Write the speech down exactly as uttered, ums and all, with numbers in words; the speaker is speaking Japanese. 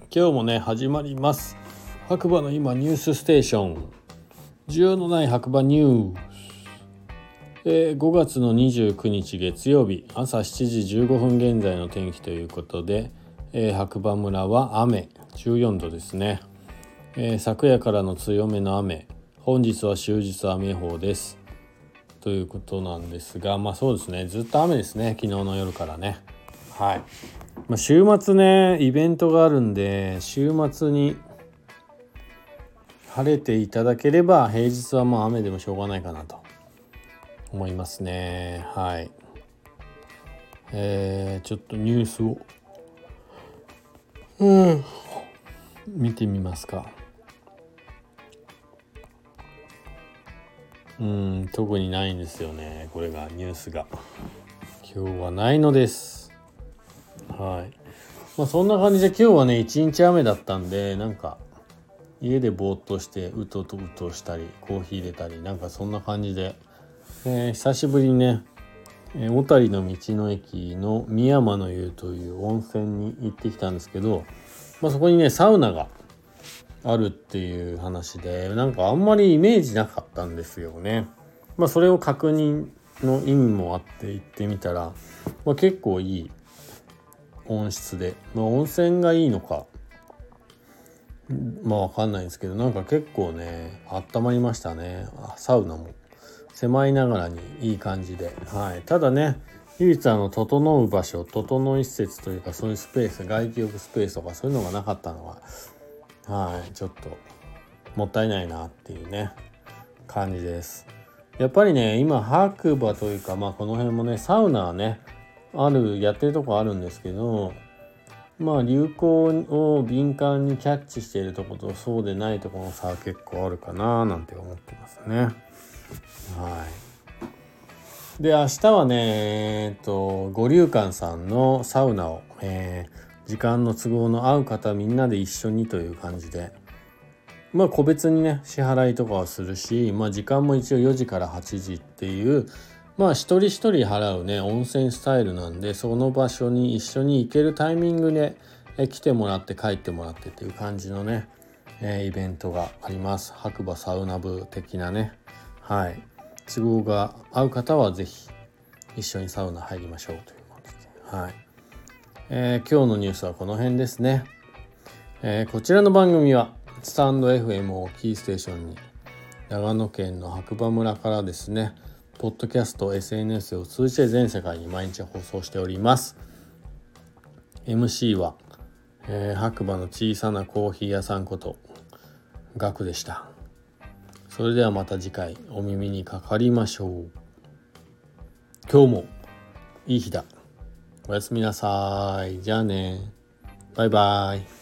今日もね始まります。白馬の今ニュースステーション、需要のない白馬ニュース、えー、ごがつのにじゅうくにち月曜日朝しちじじゅうごふん現在の天気ということで、えー、白馬村は雨じゅうよんどですね、えー、昨夜からの強めの雨、本日は終日雨予報ですということなんですが、まあそうですね、ずっと雨ですね、昨日の夜からね。はい、まあ、週末ねイベントがあるんで、週末に晴れていただければ平日はまあ雨でもしょうがないかなと思いますね。はい、えー、ちょっとニュースをうん見てみますか。うん特にないんですよね、これがニュースが今日はないのです。はい、まあそんな感じで今日はね一日雨だったんで、なんか家でぼーっとしてうとうとうとしたりコーヒー入れたり、なんかそんな感じで、えー、久しぶりにね、えー、小谷の道の駅の三山の湯という温泉に行ってきたんですけど、まあ、そこにねサウナがあるっていう話で、なんかあんまりイメージなかったんですよね。まあそれを確認の意味もあって行ってみたら、まあ、結構いい温室で、まあ、温泉がいいのかまあわかんないんですけど、なんか結構ね温まりましたね。サウナも狭いながらにいい感じで、はい、ただね唯一あの整う場所、整い施設というかそういうスペース、外気浴スペースとかそういうのがなかったのは、はいちょっともったいないなっていうね感じです。やっぱりね今白馬というか、まあこの辺もねサウナはねあるやってるとこあるんですけど、まあ流行を敏感にキャッチしているところとそうでないところの差は結構あるかななんて思ってますね。はい。で明日はねえっと五竜館さんのサウナを、えー、時間の都合の合う方みんなで一緒にという感じで、まあ個別にね支払いとかはするし、まあ時間も一応よじからはちじっていう、まあ一人一人払うね温泉スタイルなんで、その場所に一緒に行けるタイミングでえ来てもらって帰ってもらってっていう感じのね、えー、イベントがあります。白馬サウナ部的なね。はい、都合が合う方はぜひ一緒にサウナ入りましょうということで、はい、えー、今日のニュースはこの辺ですね。えー、こちらの番組はスタンド エフエム をキーステーションに長野県の白馬村からですね、ポッドキャスト エスエヌエス を通じて全世界に毎日放送しております。 エムシー は、えー、白馬の小さなコーヒー屋さんことガクでした。それではまた次回お耳にかかりましょう。今日もいい日だ。おやすみなさい。じゃあね。バイバイ。